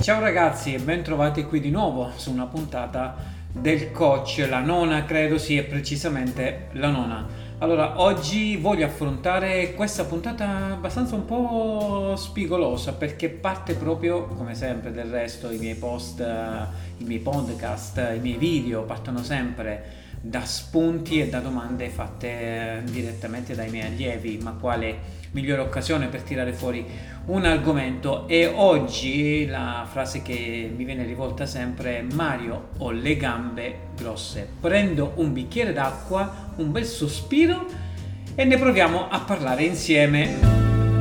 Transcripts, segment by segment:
Ciao ragazzi e ben trovati qui di nuovo su una puntata del coach, la nona credo sia precisamente la nona. Allora, oggi voglio affrontare questa puntata abbastanza un po' spigolosa perché parte proprio, come sempre del resto, i miei post, i miei podcast, i miei video partono sempre da spunti e da domande fatte direttamente dai miei allievi, ma quale migliore occasione per tirare fuori un argomento. E oggi la frase che mi viene rivolta sempre è: Mario, ho le gambe grosse. Prendo un bicchiere d'acqua, un bel sospiro e ne proviamo a parlare insieme.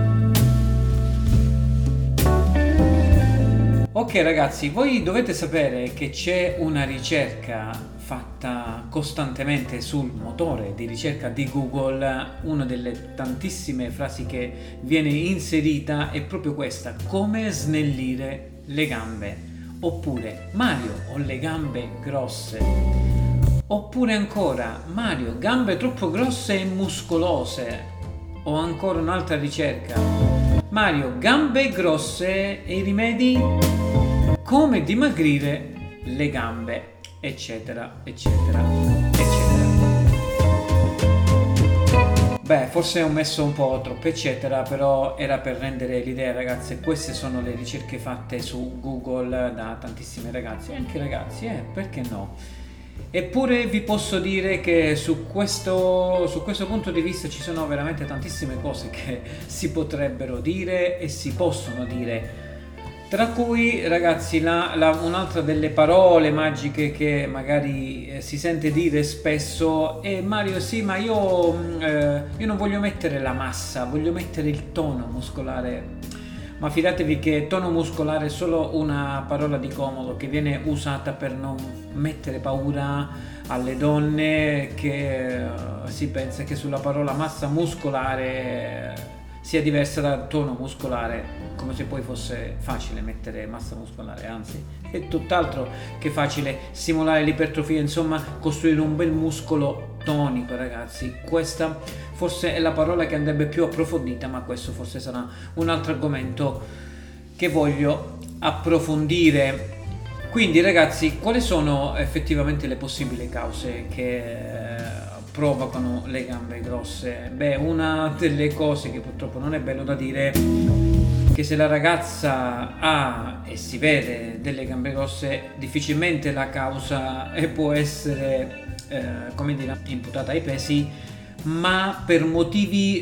Ok ragazzi, voi dovete sapere che c'è una ricerca fatta costantemente sul motore di ricerca di Google. Una delle tantissime frasi che viene inserita è proprio questa: come snellire le gambe. Oppure Mario, ho le gambe grosse. Oppure ancora Mario, gambe troppo grosse e muscolose. O ancora un'altra ricerca: Mario, gambe grosse e i rimedi? Come dimagrire le gambe, eccetera, eccetera, eccetera. Beh, forse ho messo un po' troppo eccetera, però era per rendere l'idea, ragazzi. Queste sono le ricerche fatte su Google da tantissimi ragazzi, e anche ragazzi, perché no? Eppure vi posso dire che su questo punto di vista ci sono veramente tantissime cose che si potrebbero dire e si possono dire. Tra cui, ragazzi, un'altra delle parole magiche che magari si sente dire spesso è: Mario, sì, ma io non voglio mettere la massa, voglio mettere il tono muscolare. Ma fidatevi che tono muscolare è solo una parola di comodo che viene usata per non mettere paura alle donne, che si pensa che sulla parola massa muscolare sia diversa da tono muscolare, come se poi fosse facile mettere massa muscolare. Anzi, è tutt'altro che facile simulare l'ipertrofia, insomma costruire un bel muscolo tonico, ragazzi. Questa forse è la parola che andrebbe più approfondita, ma questo forse sarà un altro argomento che voglio approfondire. Quindi ragazzi, quali sono effettivamente le possibili cause che provocano le gambe grosse? Beh, una delle cose che purtroppo non è bello da dire, che se la ragazza ha e si vede delle gambe grosse, difficilmente la causa può essere imputata ai pesi, ma per motivi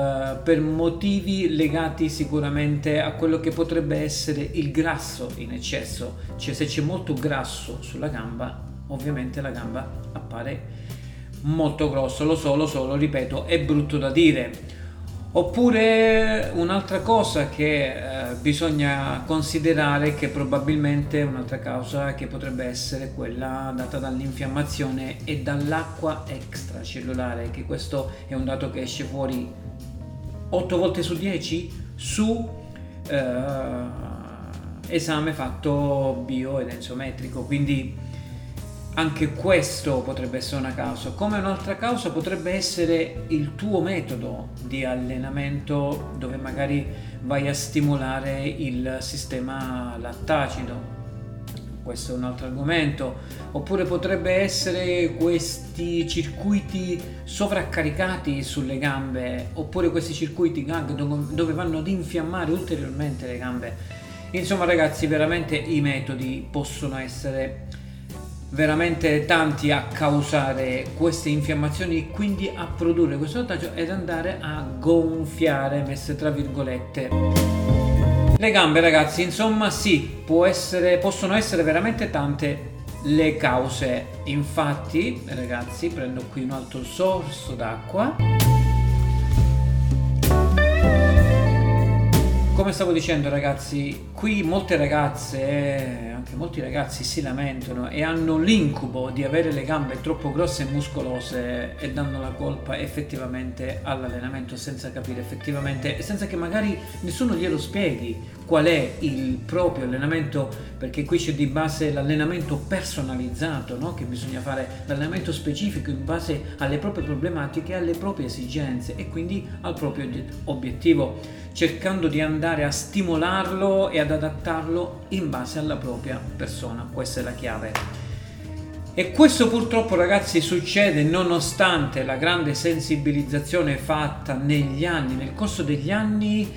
legati sicuramente a quello che potrebbe essere il grasso in eccesso. Cioè, se c'è molto grasso sulla gamba, ovviamente la gamba appare molto grossa. Lo so, lo ripeto, è brutto da dire. Oppure un'altra cosa che bisogna considerare, che probabilmente è un'altra causa, che potrebbe essere quella data dall'infiammazione e dall'acqua extracellulare, che questo è un dato che esce fuori 8 volte su 10 su esame fatto bioedensometrico. Quindi anche questo potrebbe essere una causa. Come un'altra causa potrebbe essere il tuo metodo di allenamento, dove magari vai a stimolare il sistema lattacido. Questo è un altro argomento. Oppure potrebbe essere questi circuiti sovraccaricati sulle gambe, oppure questi circuiti gag dove vanno ad infiammare ulteriormente le gambe. Insomma ragazzi, veramente i metodi possono essere veramente tanti a causare queste infiammazioni e quindi a produrre questo lattaggio ed andare a gonfiare, messe tra virgolette, le gambe, ragazzi. Insomma sì, possono essere veramente tante le cause. Infatti ragazzi, prendo qui un altro sorso d'acqua. Come stavo dicendo, ragazzi, qui molte ragazze, anche molti ragazzi, si lamentano e hanno l'incubo di avere le gambe troppo grosse e muscolose e danno la colpa effettivamente all'allenamento, senza capire effettivamente, e senza che magari nessuno glielo spieghi qual è il proprio allenamento, perché qui c'è di base l'allenamento personalizzato, no? Che bisogna fare, l'allenamento specifico in base alle proprie problematiche, alle proprie esigenze e quindi al proprio obiettivo, cercando di andare andare a stimolarlo e ad adattarlo in base alla propria persona. Questa è la chiave. E questo purtroppo, ragazzi, succede nonostante la grande sensibilizzazione fatta negli anni, nel corso degli anni,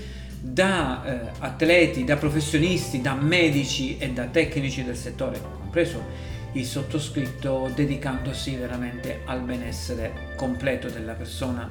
da atleti, da professionisti, da medici e da tecnici del settore, compreso il sottoscritto, dedicandosi veramente al benessere completo della persona.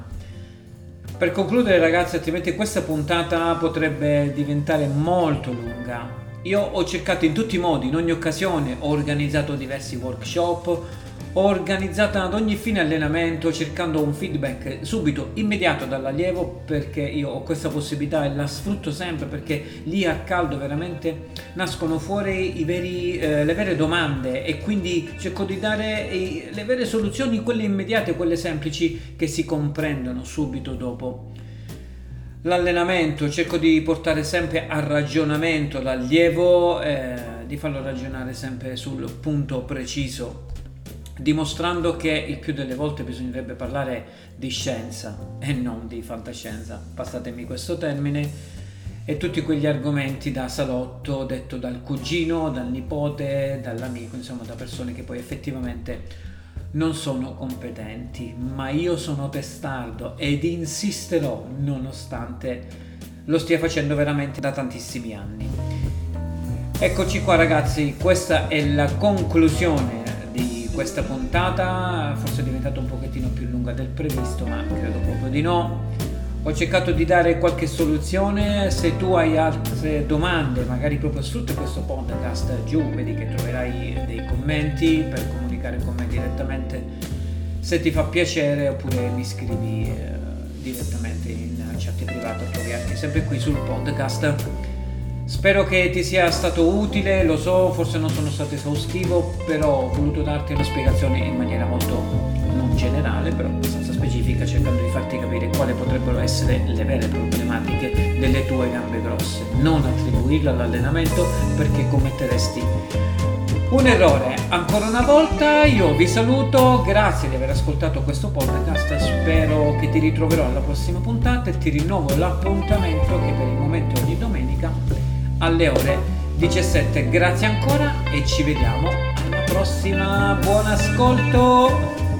Per concludere, ragazzi, altrimenti questa puntata potrebbe diventare molto lunga. Io ho cercato in tutti i modi, in ogni occasione, ho organizzato diversi workshop, ho organizzato ad ogni fine allenamento cercando un feedback subito, immediato dall'allievo, perché io ho questa possibilità e la sfrutto sempre, perché lì a caldo veramente nascono fuori le vere domande, e quindi cerco di dare le vere soluzioni, quelle immediate, quelle semplici che si comprendono subito dopo l'allenamento. Cerco di portare sempre a ragionamento l'allievo, di farlo ragionare sempre sul punto preciso, dimostrando che il più delle volte bisognerebbe parlare di scienza e non di fantascienza, passatemi questo termine, e tutti quegli argomenti da salotto, detto dal cugino, dal nipote, dall'amico, insomma da persone che poi effettivamente non sono competenti. Ma io sono testardo ed insisterò nonostante lo stia facendo veramente da tantissimi anni. Eccoci qua, ragazzi, questa è la conclusione di questa puntata. Forse è diventata un pochettino più lunga del previsto, ma credo proprio di no. Ho cercato di dare qualche soluzione. Se tu hai altre domande, magari proprio sfrutta questo podcast, giù vedi che troverai dei commenti per comunicare con me direttamente, se ti fa piacere, oppure mi scrivi direttamente in chat privata, trovi anche sempre qui sul podcast. Spero che ti sia stato utile, lo so, forse non sono stato esaustivo, però ho voluto darti una spiegazione in maniera molto non generale, però abbastanza specifica, cercando di farti capire quali potrebbero essere le vere problematiche delle tue gambe grosse. Non attribuirle all'allenamento, perché commetteresti un errore. Ancora una volta io vi saluto, grazie di aver ascoltato questo podcast, spero che ti ritroverò alla prossima puntata e ti rinnovo l'appuntamento, che per il momento è ogni domenica alle ore 17. Grazie ancora e ci vediamo alla prossima. Buon ascolto!